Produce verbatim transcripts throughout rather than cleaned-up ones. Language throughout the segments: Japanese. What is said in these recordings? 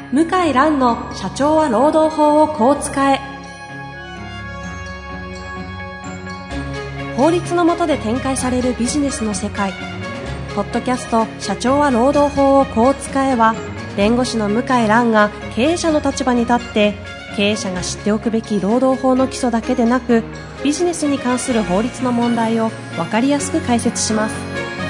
向井蘭の社長は労働法をこう使え。法律の下で展開されるビジネスの世界。ポッドキャスト社長は労働法をこう使えは、弁護士の向井蘭が経営者の立場に立って経営者が知っておくべき労働法の基礎だけでなく、ビジネスに関する法律の問題を分かりやすく解説します。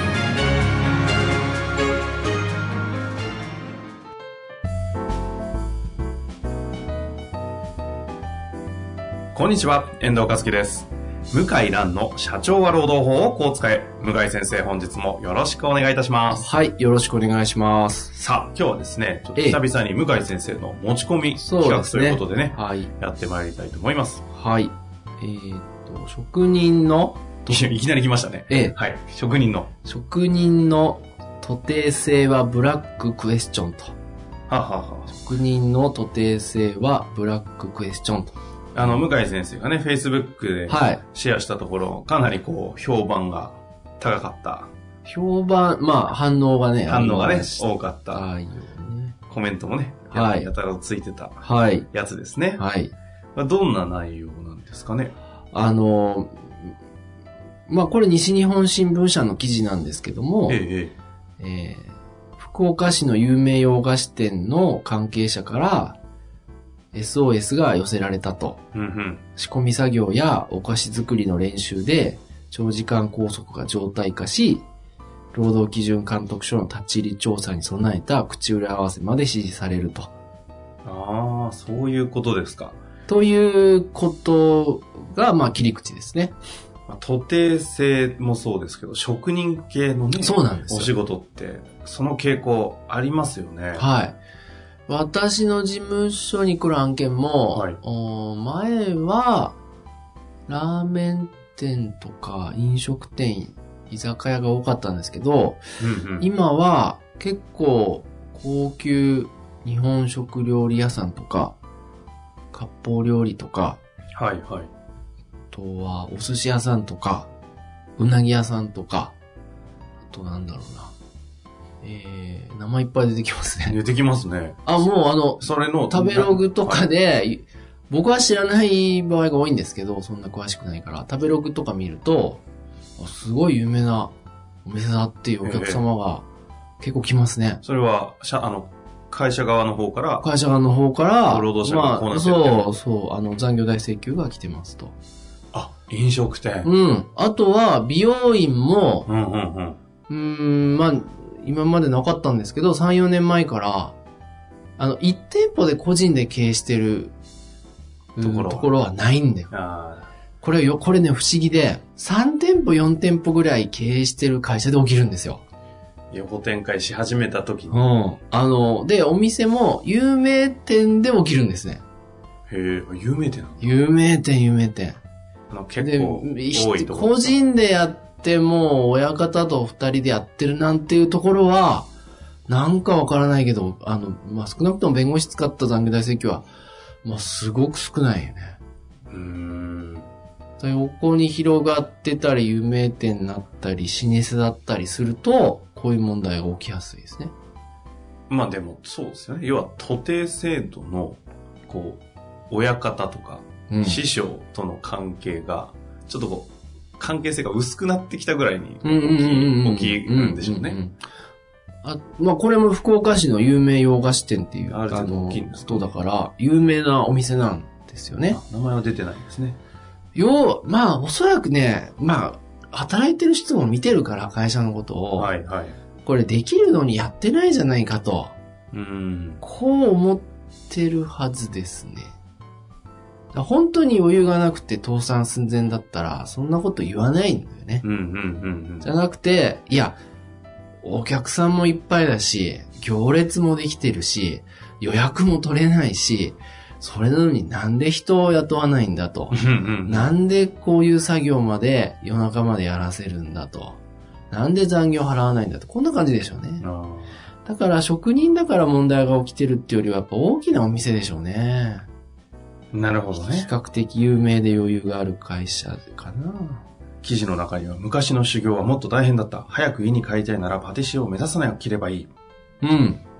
こんにちは、遠藤和樹です。向井蘭の社長は労働法をこう使え。向井先生、本日もよろしくお願いいたします。 はい、よろしくお願いします。 さあ、今日はですね、ちょっと久々に向井先生の持ち込み企画ということでね、 はい、 やってまいりたいと思います。 はい。えー、っと、職人のいきなり来ましたね。 ええ、 はい。職人の。 職人の徒弟性はブラッククエスチョンと。 ははは職人の徒弟性はブラッククエスチョンと。 あの、向井先生がね、Facebook でシェアしたところ、はい、かなりこう、評判が高かった。 評判、まあ、反応がね、 反応がね、多かった。 はいよね。 コメントもね、 はい、 やたらついてた。 はい。 やつですね。 はい。 どんな内容なんですかね。 あの、まあ、これ西日本新聞社の記事なんですけども、 えええー、福岡市の有名洋菓子店の関係者から、エスオーエス が寄せられたと、 うんうん、 仕込み作業やお菓子作りの練習で長時間拘束が常態化し、労働基準監督署の立ち入り調査に備えた口裏合わせまで指示されると。 ああ、そういうことですか。 ということが、まあ切り口ですね。 徒弟性もそうですけど、職人系のね、 そうなんですよ。 お仕事って、その傾向ありますよね。 はい。私の事務所に来る案件も、 はい、 前は、ラーメン店とか飲食店、居酒屋が多かったんですけど、 うんうん、 今は結構高級日本食料理屋さんとか、割烹料理とか、 はいはい。 あとはお寿司屋さんとか、うなぎ屋さんとか、あとなんだろうな。えー、名前いっぱい出てきますね。 出てきますね。 あ、もうあの、 それの食べログとかで、はい、僕は知らない場合が多いんですけど、そんな詳しくないから、食べログとか見ると、すごい有名なお店だっていうお客様が結構来ますね。 それは、あの、会社側の方から、 会社側の方から、 労働者がこうなってる、 まあ、そう、そう、あの、残業代請求が来てますと。 あ、飲食店。 うん。あとは、美容院も、 うんうんうん。 うーん、まあ、今までなかったんですけど、さん、よねんまえから、あの、いち店舗で個人で経営してるところ は, ところはないんだよ。 あこれよ、これね、不思議で、さん店舗、よん店舗ぐらい経営してる会社で起きるんですよ。 横展開し始めた時に。 うん。あの、で、お店も有名店で起きるんですね。 へえ、有名店なの？ 有名店、有名店。 あの結構多いところ。 個人でやってでも、親方と二人でやってるなんていうところは、なんかわからないけど、あの、まあ、少なくとも弁護士使った残業代請求は、まあ、すごく少ないよね。 うーん。 横に広がってたり、有名店になったり、老舗だったりすると、こういう問題が起きやすいですね。 まあでも、そうですよね。要は、徒弟制度の、こう、親方とか、うん、師匠との関係が、ちょっとこう、関係性が薄くなってきたぐらいに起きるんでしょうね。 あ、まあこれも福岡市の有名洋菓子店っていう、 あの、人だから、有名なお店なんですよね。 名前は出てないんですね。 よう、まあおそらくね、まあ、働いてる人も見てるから、会社のことを。 はいはい。 これできるのにやってないじゃないかと。 うん。 こう思ってるはずですね。本当に余裕がなくて倒産寸前だったら、そんなこと言わないんだよね。 うんうんうんうん、 じゃなくて、いや、お客さんもいっぱいだし、行列もできてるし、予約も取れないし、それなのになんで人を雇わないんだと。なんでこういう作業まで夜中までやらせるんだと。なんで残業払わないんだと。こんな感じでしょうね。 あ、 だから職人だから問題が起きてるっていうよりはやっぱ大きなお店でしょうね。 なるほどね。 比較的有名で余裕がある会社かな。 記事の中には、昔の修行はもっと大変だった。早く家に帰りたいならパティシエを目指さないを切ればいい。 うん。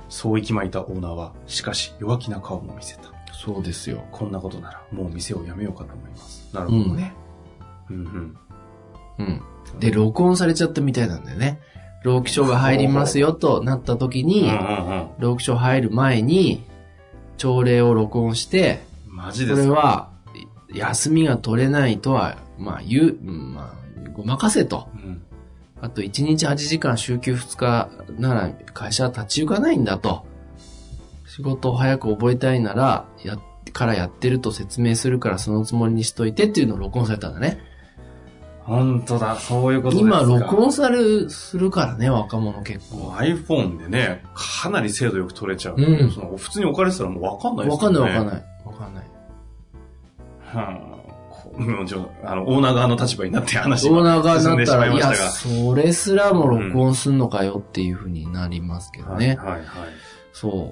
そう息巻いたオーナーは、しかし弱気な顔も見せた。 そうですよ。 こんなことなら、もう店を辞めようかと思います。なるほどね。うん、うん、 うん。で、録音されちゃったみたいなんだよね。労基署が入りますよとなった時に、労基署入る前に、朝礼を録音して、 マジですか？ これは、休みが取れないとは、まあ言う、まあ、ごまかせと。うん、あといちにちはちじかん週休ふつかなら会社は立ち行かないんだと。仕事を早く覚えたいなら、やってからやってると説明するからそのつもりにしといてっていうのを録音されたんだね。 本当だ、そういうことですか。 今録音される、するからね、若者結構。 iPhone でね、かなり精度よく撮れちゃう。 うん。 その普通に置かれてたらもうわかんないですよね。 よね。 わかんないわかんない。わかんない。 はあ、もちろん、あの、オーナー側の立場になって話オーナー側になったら、いや、 いや、 それすらも録音すんのかよっていうふうになりますけどね。 うん、はい、はい、はい。 そう。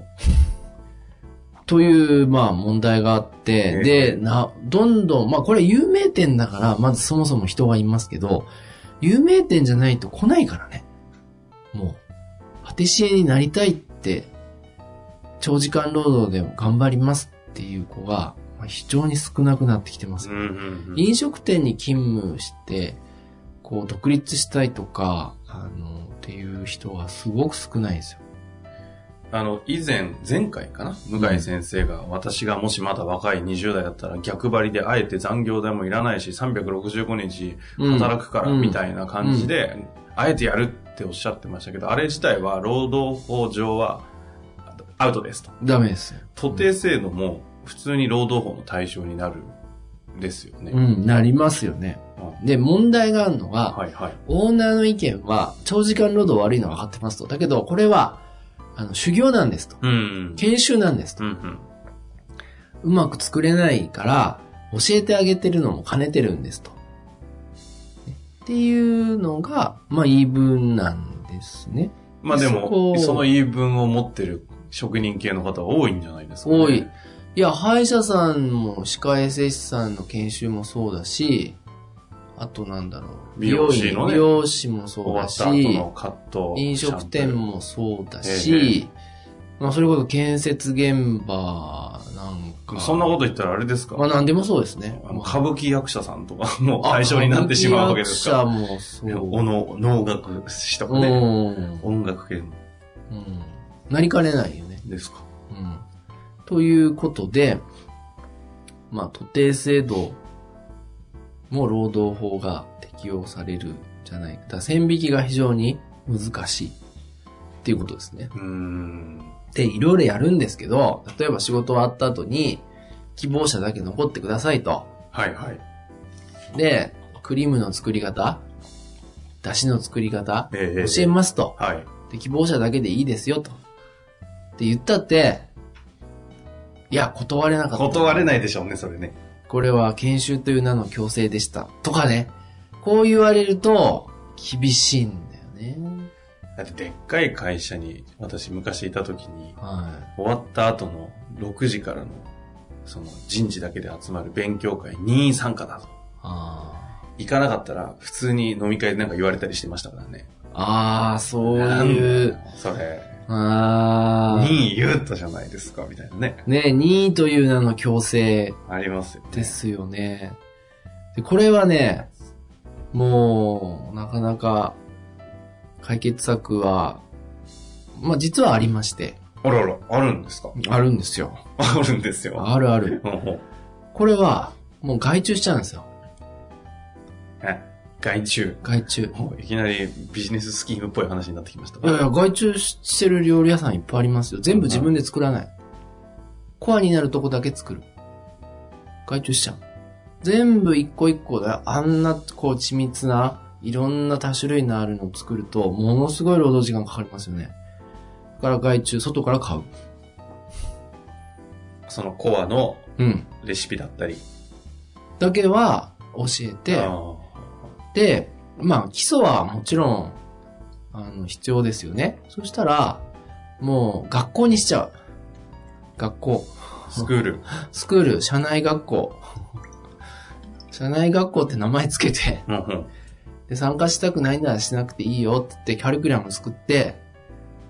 という、まあ問題があって、えー、で、な、どんどん、まあこれ有名店だから、まずそもそも人がいますけど、有名店じゃないと来ないからね。もう、パティシエになりたいって、長時間労働で頑張りますっていう子が、非常に少なくなってきてます、 うんうんうん。 飲食店に勤務して、こう独立したいとか、あの、っていう人はすごく少ないんですよ。 あの、以前、前回かな向井先生が、私がもしまだ若いにじゅう代だったら逆張りであえて残業代もいらないし、さんびゃくろくじゅうごにち働くからみたいな感じで、うんうん、あえてやるっておっしゃってましたけど、あれ自体は労働法上はアウトですと。 ダメです。 徒弟制度も普通に労働法の対象になるんですよね。 うん、なりますよね。うん、で、問題があるのは、 はいはい、 オーナーの意見は長時間労働悪いのは分かってますと。だけど、これは、あの、修行なんですと。 うんうん、 研修なんですと、 うんうん。 うまく作れないから、教えてあげてるのも兼ねてるんですと。っていうのが、まあ、言い分なんですね。 まあでも、そ, その言い分を持ってる職人系の方は多いんじゃないですかね。 多い。いや、歯医者さんも歯科衛生士さんの研修もそうだし、あとなんだろう。 美容師のね。 美容師もそうだし、 終わった後のカット、 飲食店もそうだし、まあそれこそ建設現場なんか。 そんなこと言ったらあれですか？ まあ何でもそうですね。 あの歌舞伎役者さんとかも対象になってしまうわけですか？ 歌舞伎役者もそう。 おの能楽師とかね。音楽系の。 うん。なりかねないよね。 ですか。 うん。ということで、まあ徒弟制度も労働法が適用されるんじゃないか。だから線引きが非常に難しいっていうことですね。 うーん。 で、いろいろやるんですけど、例えば仕事終わった後に希望者だけ残ってくださいと。 はいはい。 で、クリームの作り方、出汁の作り方、 えー、 教えますと、 はい。 で。希望者だけでいいですよと。って言ったって、いや、断れなかった。 断れないでしょうね、それね。 これは研修という名の強制でした。とかね。こう言われると厳しいんだよね。 だってでっかい会社に私昔いた時に、 はい、 終わった後のろくじからのその人事だけで集まる勉強会任意参加だと。 あ行かなかったら普通に飲み会でなんか言われたりしてましたからね。 ああ、そういう。 それ。 ああ。 任意言うたじゃないですか、みたいなね。 ね、任意という名の強制。 ありますよね。 ですよね。で、これはね、もう、なかなか、解決策は、まあ、実はありまして。 あらら、あるんですか？ あるんですよ。 あるんですよ。 あるある。これは、もう外注しちゃうんですよ。 え外注。 外注。 いきなりビジネススキームっぽい話になってきました。 いやいや、外注してる料理屋さんいっぱいありますよ。全部自分で作らない。コアになるとこだけ作る。外注しちゃう。全部一個一個で、あんな、こう、緻密な、いろんな多種類のあるのを作ると、ものすごい労働時間かかりますよね。だから外注、外から買う。 そのコアのうん。 レシピだったり。 だけは教えて、で、まあ基礎はもちろん、あの、必要ですよね。そしたら、もう学校にしちゃう。学校。 スクール。 スクール、社内学校。社内学校って名前つけて、 うんうん、 で、参加したくないならしなくていいよって言って、カリキュラム作って、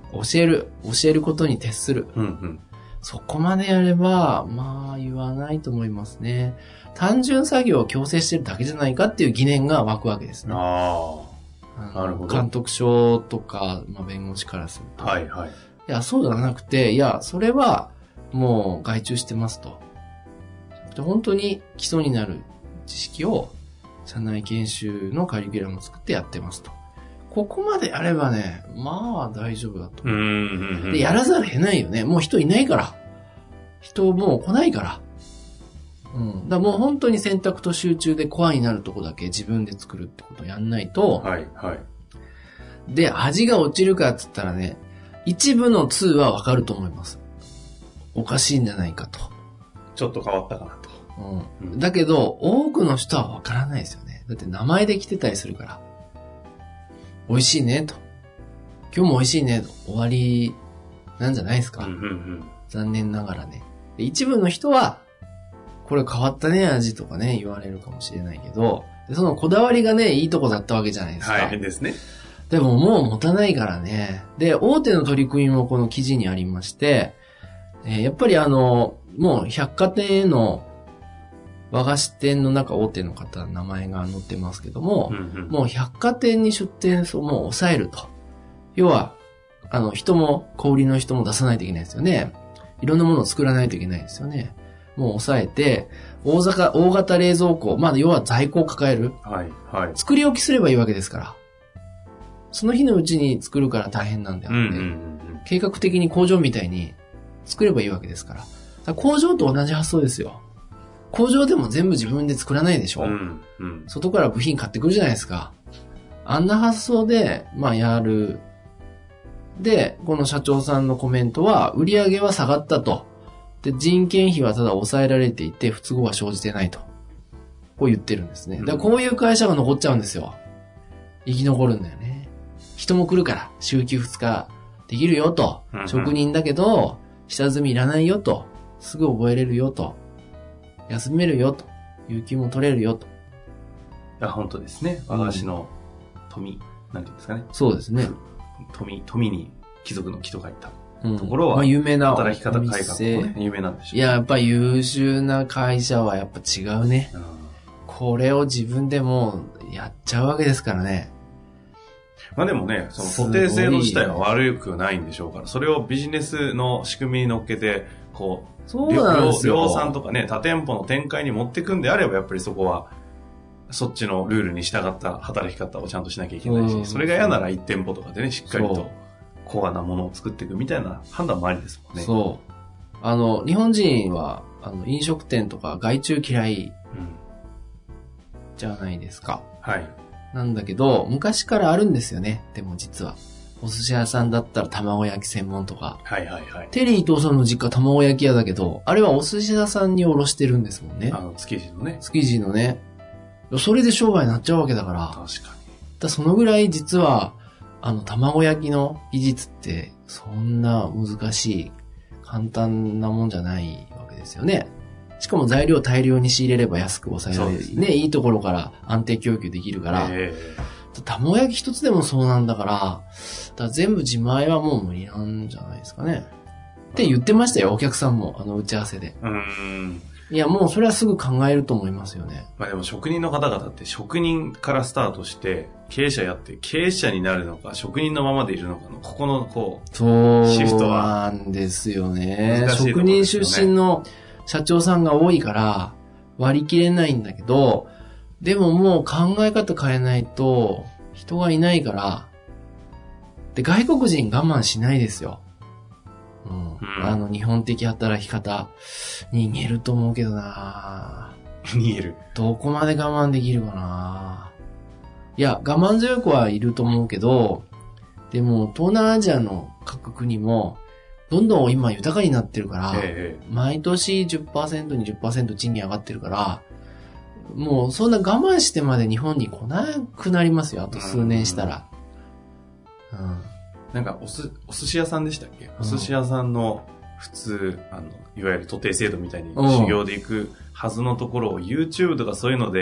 教える。教えることに徹する。 うんうん。 そこまでやれば、まあ言わないと思いますね。単純作業を強制してるだけじゃないかっていう疑念が湧くわけですね。 ああ。なるほど。 監督署とか、まあ、弁護士からすると。 はいはい。 いや、そうではなくて、いや、それはもう外注してますと。本当に基礎になる知識を社内研修のカリキュラムを作ってやってますと。ここまでやればね、まあ大丈夫だと。 うんうんうん、 で、やらざるを得ないよね。もう人いないから。人もう来ないから。うん。だからもう本当に選択と集中でコアになるとこだけ自分で作るってことをやんないと。 はいはい。 で、味が落ちるかって言ったらね、一部のにはわかると思います。おかしいんじゃないかと。 ちょっと変わったかなと。 うん。だけど、多くの人はわからないですよね。だって名前で来てたりするから。美味しいねと。今日も美味しいねと。終わりなんじゃないですか。 うんうんうん、 残念ながらね。で一部の人は、これ変わったね味とかね言われるかもしれないけど、でそのこだわりがねいいとこだったわけじゃないですか。 はいですね。 でももう持たないからね。で、大手の取り組みもこの記事にありまして、えー、やっぱりあの、もう百貨店への和菓子店の中大手の方の名前が載ってますけども、うんうん、もう百貨店に出店をもう抑えると。要は、あの人も、小売りの人も出さないといけないですよね。いろんなものを作らないといけないですよね。もう抑えて、大型、大型冷蔵庫、まあ要は在庫を抱える。 はいはい。 作り置きすればいいわけですから。その日のうちに作るから大変なんだよね、うんうんうん。計画的に工場みたいに作ればいいわけですから。だから工場と同じ発想ですよ。工場でも全部自分で作らないでしょ、うんうん、外から部品買ってくるじゃないですか。あんな発想で、まあやる。で、この社長さんのコメントは、売り上げは下がったと。で、人件費はただ抑えられていて、不都合は生じてないと。こう言ってるんですね。だからこういう会社が残っちゃうんですよ。生き残るんだよね。人も来るから、週休ふつかできるよと。うんうん、職人だけど、下積みいらないよと。すぐ覚えれるよと。休めるよと。有給も取れるよと。 いや、本当ですね。和菓子の富、なんていうんですかね。 そうですね。 富、富に貴族の木と書いたところは、 うんまあ、有名な働き方改革もね、有名なんでしょう。 いや、やっぱ優秀な会社はやっぱ違うね。うん、これを自分でもやっちゃうわけですからね。 まあでもね、その固定制度自体は悪くないんでしょうから、それをビジネスの仕組みに乗っけて、こう、 そうなんですよ。 量産とかね、多店舗の展開に持っていくんであれば、やっぱりそこは、そっちのルールに従った働き方をちゃんとしなきゃいけないし、うん、それが嫌ならいち店舗とかでね、しっかりとコアなものを作っていくみたいな判断もありですもんね。 そう。あの、日本人は、あの、飲食店とか外注嫌い、じゃないですか。 うん、はい。 なんだけど、昔からあるんですよね。でも実は。お寿司屋さんだったら卵焼き専門とか。 はいはいはい。 テリー伊藤さんの実家卵焼き屋だけど、あれはお寿司屋さんに卸してるんですもんね。 あの、築地のね。 築地のね。それで商売になっちゃうわけだから。 確かに。 だそのぐらい実は、あの、卵焼きの技術って、そんな難しい、簡単なもんじゃないわけですよね。しかも材料大量に仕入れれば安く抑えられる。ね。ね、いいところから安定供給できるから。えー卵焼き一つでもそうなんだから、だから全部自前はもう無理なんじゃないですかね。って言ってましたよ、お客さんも、あの打ち合わせで。 うーん。 いや、もうそれはすぐ考えると思いますよね。 まあでも職人の方々って職人からスタートして、経営者やって経営者になるのか、職人のままでいるのかの、ここのこう、 そうシフトは。 なんですよね。職人出身の社長さんが多いから割り切れないんだけど、でももう考え方変えないと人がいないから、で、外国人我慢しないですよ。うん。うん、あの、日本的働き方、逃げると思うけどな逃げる。 どこまで我慢できるかないや、我慢強くはいると思うけど、でも、東南アジアの各国も、どんどん今豊かになってるから、ええ、毎年 じゅっパーセント、にじゅっパーセント 賃金上がってるから、もうそんな我慢してまで日本に来なくなりますよ。あと数年したら。 うんうん、なんかおす、お寿司屋さんでしたっけ、うん、お寿司屋さんの普通、あの、いわゆる徒弟制度みたいに修行で行くはずのところを YouTube とかそういうので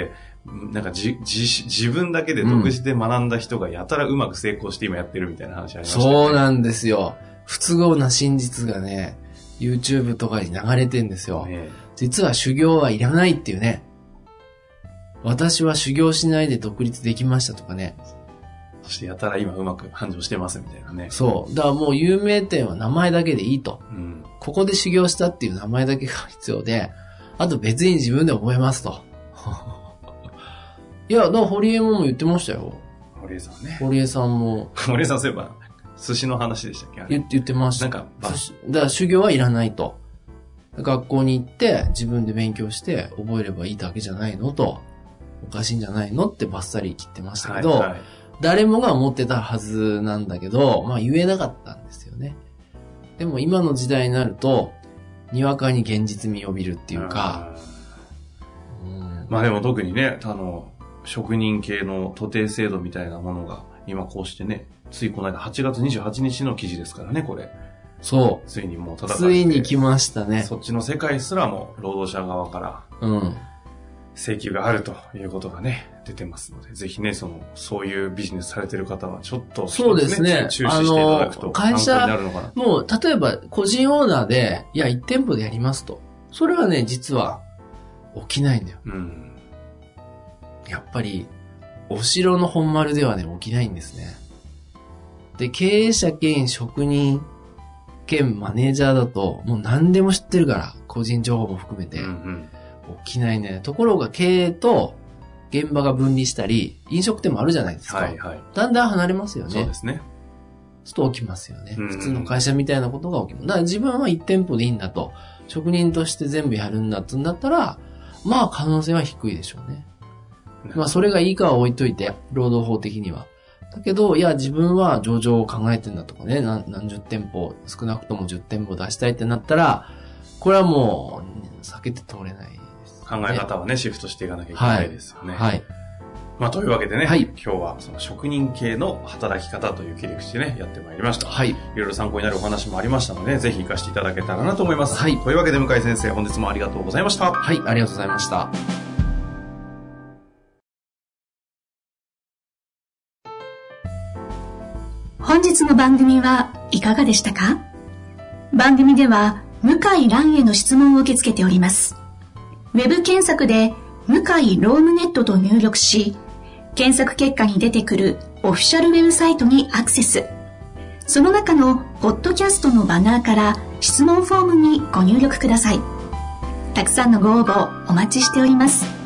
なんかじ自自分だけで独自で学んだ人がやたらうまく成功して今やってるみたいな話ありましたね。 そうなんですよ。不都合な真実がね、YouTube とかに流れてんですよ。ね、実は修行はいらないっていうね。私は修行しないで独立できましたとかね。 そしてやたら今うまく繁盛してますみたいなね。 そう。だからもう有名店は名前だけでいいと。うん、ここで修行したっていう名前だけが必要で、あと別に自分で覚えますと。いや、だから堀江も言ってましたよ。 堀江さんね。 堀江さんも。 堀江さんそういえば、寿司の話でしたっけ？あれ言って、言ってました。 なんか、 だから修行はいらないと。学校に行って自分で勉強して覚えればいいだけじゃないのと。おかしいんじゃないのってバッサリ切ってましたけど、はいはい、誰もが思ってたはずなんだけど、まあ言えなかったんですよね。でも今の時代になると、にわかに現実味を帯びるっていうか。 うん、まあでも特にね、あの、職人系の徒弟制度みたいなものが今こうしてね、ついこの間はちがつにじゅうはちにちの記事ですからね、これ。 そう。 ついにもう戦って。 ついに来ましたね。 そっちの世界すらも労働者側から。うん。請求があるということがね、出てますので、ぜひね、その、そういうビジネスされてる方は、ちょっと、ね、 そうですね。 注視していただくと、 会社、もう、例えば、個人オーナーで、いや、一店舗でやりますと。それはね、実は、起きないんだよ。うん。やっぱり、お城の本丸ではね、起きないんですね。で、経営者兼職人兼マネージャーだと、もう何でも知ってるから、個人情報も含めて。うんうん、起きないね。ところが経営と現場が分離したり、飲食店もあるじゃないですか。はいはい、だんだん離れますよね。 そうですね。 そうすると起きますよね。うんうん、普通の会社みたいなことが起きます。だから自分は一店舗でいいんだと。職人として全部やるんだってんだったら、まあ可能性は低いでしょうね。まあそれがいいかは置いといて、労働法的には。だけど、いや自分は上場を考えてんだとかね、何、何十店舗、少なくともじゅってんぽ出したいってなったら、これはもう避けて通れない。 考え方はね、シフトしていかなきゃいけないですよね。はい。はい、まあ、というわけでね、はい、今日はその職人系の働き方という切り口でね、やってまいりました。はい。いろいろ参考になるお話もありましたので、ぜひ活かしていただけたらなと思います。はい。というわけで、向井先生、本日もありがとうございました。 はい、ありがとうございました。 本日の番組はいかがでしたか？番組では、向井蘭への質問を受け付けております。ウェブ検索で向井ロームネットと入力し、検索結果に出てくるオフィシャルウェブサイトにアクセス。その中のポッドキャストのバナーから質問フォームにご入力ください。たくさんのご応募お待ちしております。